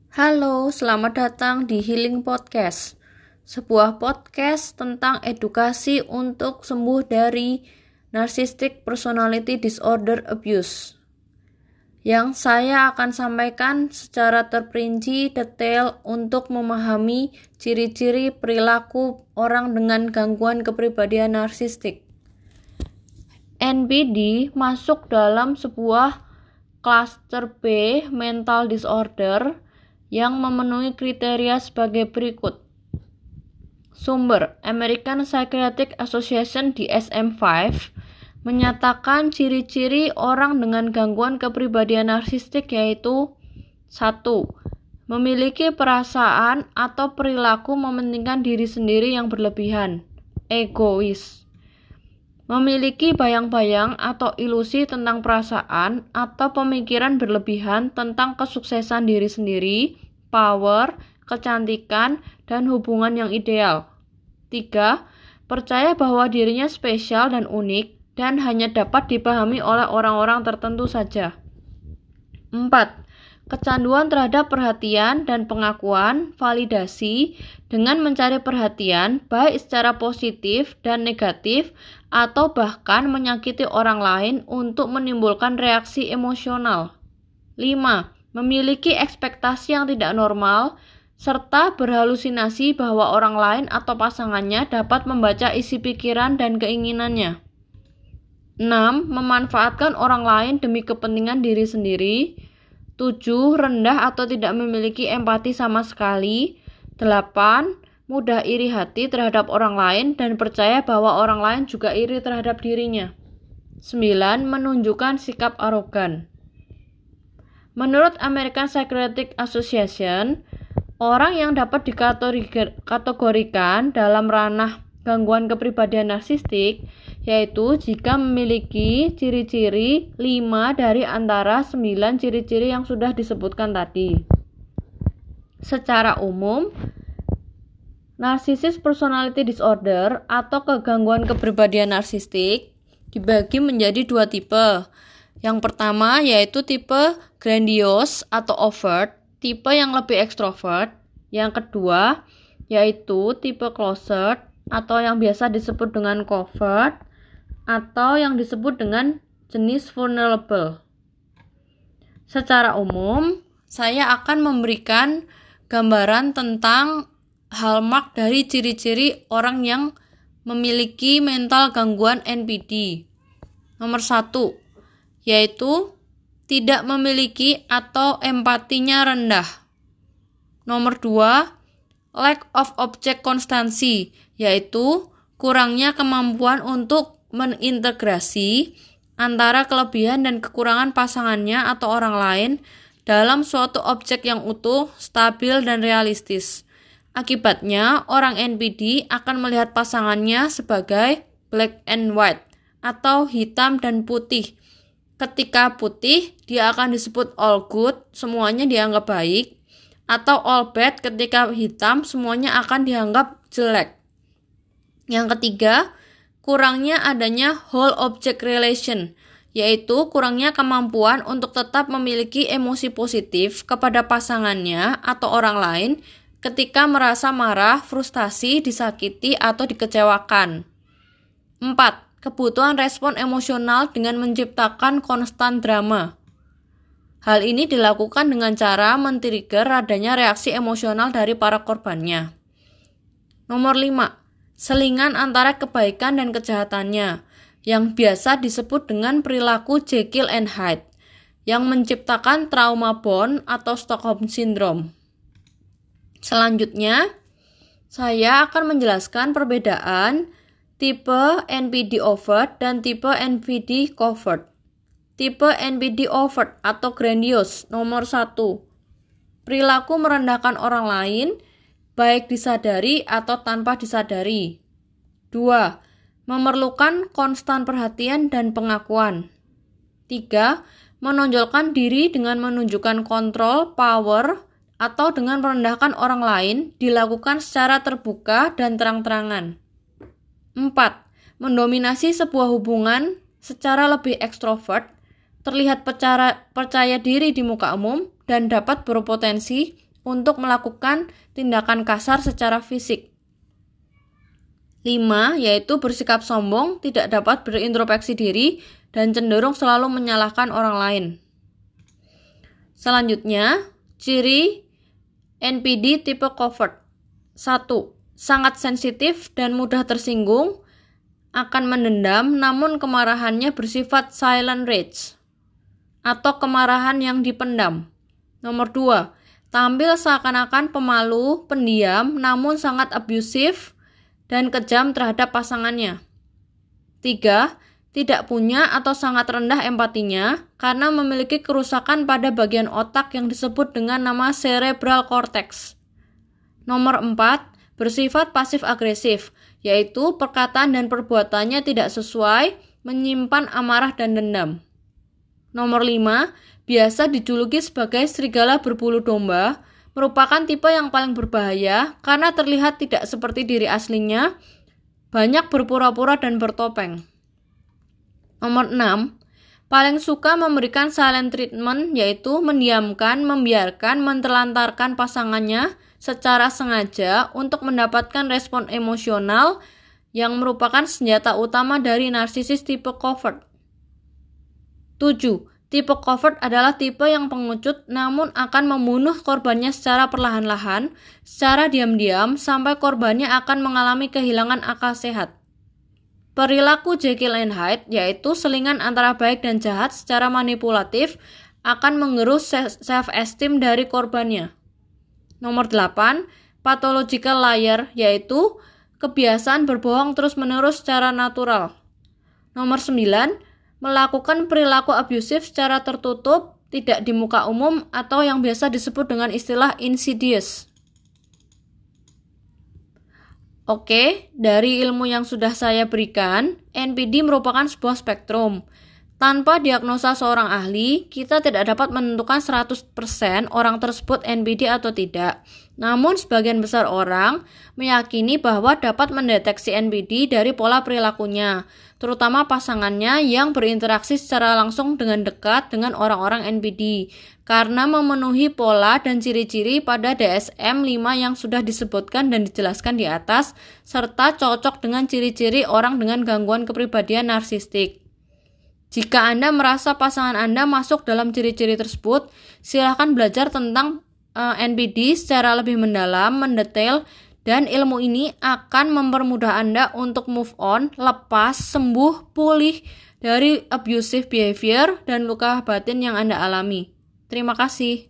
Halo, selamat datang di Healing Podcast, sebuah podcast tentang edukasi untuk sembuh dari Narcissistic Personality Disorder Abuse, yang saya akan sampaikan secara terperinci detail untuk memahami ciri-ciri perilaku orang dengan gangguan kepribadian narsistik. NPD masuk dalam sebuah klaster B mental disorder yang memenuhi kriteria sebagai berikut. Sumber American Psychiatric Association DSM-5 menyatakan ciri-ciri orang dengan gangguan kepribadian narsistik yaitu 1. Memiliki perasaan atau perilaku mementingkan diri sendiri yang berlebihan, egois. Memiliki bayang-bayang atau ilusi tentang perasaan atau pemikiran berlebihan tentang kesuksesan diri sendiri, power, kecantikan, dan hubungan yang ideal. 3. Percaya bahwa dirinya spesial dan unik dan hanya dapat dipahami oleh orang-orang tertentu saja. 4. Kecanduan terhadap perhatian dan pengakuan, validasi, dengan mencari perhatian baik secara positif dan negatif atau bahkan menyakiti orang lain untuk menimbulkan reaksi emosional. 5. Memiliki ekspektasi yang tidak normal serta berhalusinasi bahwa orang lain atau pasangannya dapat membaca isi pikiran dan keinginannya. 6. Memanfaatkan orang lain demi kepentingan diri sendiri. 7. Rendah atau tidak memiliki empati sama sekali. 8. Mudah iri hati terhadap orang lain dan percaya bahwa orang lain juga iri terhadap dirinya. 9. Menunjukkan sikap arogan. Menurut American Psychiatric Association, orang yang dapat dikategorikan dalam ranah gangguan kepribadian narsistik yaitu jika memiliki ciri-ciri 5 dari antara 9 ciri-ciri yang sudah disebutkan tadi. Secara umum, Narcissistic Personality Disorder atau kegangguan kepribadian narsistik dibagi menjadi 2 tipe. Yang pertama yaitu tipe grandiose atau overt, tipe yang lebih ekstrovert. Yang kedua yaitu tipe closet atau yang biasa disebut dengan covert atau yang disebut dengan jenis vulnerable. Secara umum, saya akan memberikan gambaran tentang hallmark dari ciri-ciri orang yang memiliki mental gangguan NPD. Nomor 1, yaitu tidak memiliki atau empatinya rendah. Nomor 2, lack of object constancy, yaitu kurangnya kemampuan untuk mengintegrasi antara kelebihan dan kekurangan pasangannya atau orang lain dalam suatu objek yang utuh, stabil, dan realistis. Akibatnya, orang NPD akan melihat pasangannya sebagai black and white atau hitam dan putih. Ketika putih, dia akan disebut all good, semuanya dianggap baik, atau all bad, ketika hitam, semuanya akan dianggap jelek. Yang ketiga, kurangnya adanya whole object relation, yaitu kurangnya kemampuan untuk tetap memiliki emosi positif kepada pasangannya atau orang lain ketika merasa marah, frustasi, disakiti, atau dikecewakan. 4. Kebutuhan respon emosional dengan menciptakan konstan drama. Hal ini dilakukan dengan cara men-trigger adanya reaksi emosional dari para korbannya. Nomor 5. Selingan antara kebaikan dan kejahatannya, yang biasa disebut dengan perilaku Jekyll and Hyde, yang menciptakan trauma bond atau Stockholm Syndrome. Selanjutnya, saya akan menjelaskan perbedaan tipe NPD overt dan tipe NPD covert. Tipe NPD overt atau grandiose, nomor 1. Perilaku merendahkan orang lain, baik disadari atau tanpa disadari. 2. Memerlukan konstan perhatian dan pengakuan. 3. Menonjolkan diri dengan menunjukkan kontrol, power, atau dengan merendahkan orang lain dilakukan secara terbuka dan terang-terangan. 4. Mendominasi sebuah hubungan secara lebih ekstrovert, terlihat percaya diri di muka umum, dan dapat berpotensi untuk melakukan tindakan kasar secara fisik. 5. Yaitu bersikap sombong, tidak dapat berintrospeksi diri, dan cenderung selalu menyalahkan orang lain. Selanjutnya, ciri NPD tipe covert. 1. Sangat sensitif dan mudah tersinggung, akan mendendam namun kemarahannya bersifat silent rage atau kemarahan yang dipendam. Nomor 2. Tampil seakan-akan pemalu, pendiam, namun sangat abusif dan kejam terhadap pasangannya. 3. Tidak punya atau sangat rendah empatinya karena memiliki kerusakan pada bagian otak yang disebut dengan nama cerebral cortex. Nomor 4. Bersifat pasif-agresif, yaitu perkataan dan perbuatannya tidak sesuai, menyimpan amarah dan dendam. Nomor 5. Biasa dijuluki sebagai serigala berbulu domba, merupakan tipe yang paling berbahaya karena terlihat tidak seperti diri aslinya, banyak berpura-pura dan bertopeng. Nomor 6. Paling suka memberikan silent treatment, yaitu mendiamkan, membiarkan, menterlantarkan pasangannya secara sengaja untuk mendapatkan respon emosional yang merupakan senjata utama dari narsisis tipe covert. 7. Tipe covert adalah tipe yang pengecut namun akan membunuh korbannya secara perlahan-lahan, secara diam-diam, sampai korbannya akan mengalami kehilangan akal sehat. Perilaku Jekyll and Hyde, yaitu selingan antara baik dan jahat secara manipulatif, akan mengerus self-esteem dari korbannya. Nomor 8. Pathological liar, yaitu kebiasaan berbohong terus-menerus secara natural. Nomor 9. Melakukan perilaku abusif secara tertutup, tidak di muka umum, atau yang biasa disebut dengan istilah insidious. Oke, dari ilmu yang sudah saya berikan, NPD merupakan sebuah spektrum. Tanpa diagnosa seorang ahli, kita tidak dapat menentukan 100% orang tersebut NPD atau tidak. Namun, sebagian besar orang meyakini bahwa dapat mendeteksi NPD dari pola perilakunya, terutama pasangannya yang berinteraksi secara langsung dengan dekat dengan orang-orang NPD, karena memenuhi pola dan ciri-ciri pada DSM-5 yang sudah disebutkan dan dijelaskan di atas, serta cocok dengan ciri-ciri orang dengan gangguan kepribadian narsistik. Jika Anda merasa pasangan Anda masuk dalam ciri-ciri tersebut, silakan belajar tentang NPD secara lebih mendalam, mendetail, dan ilmu ini akan mempermudah Anda untuk move on, lepas, sembuh, pulih dari abusive behavior dan luka batin yang Anda alami. Terima kasih.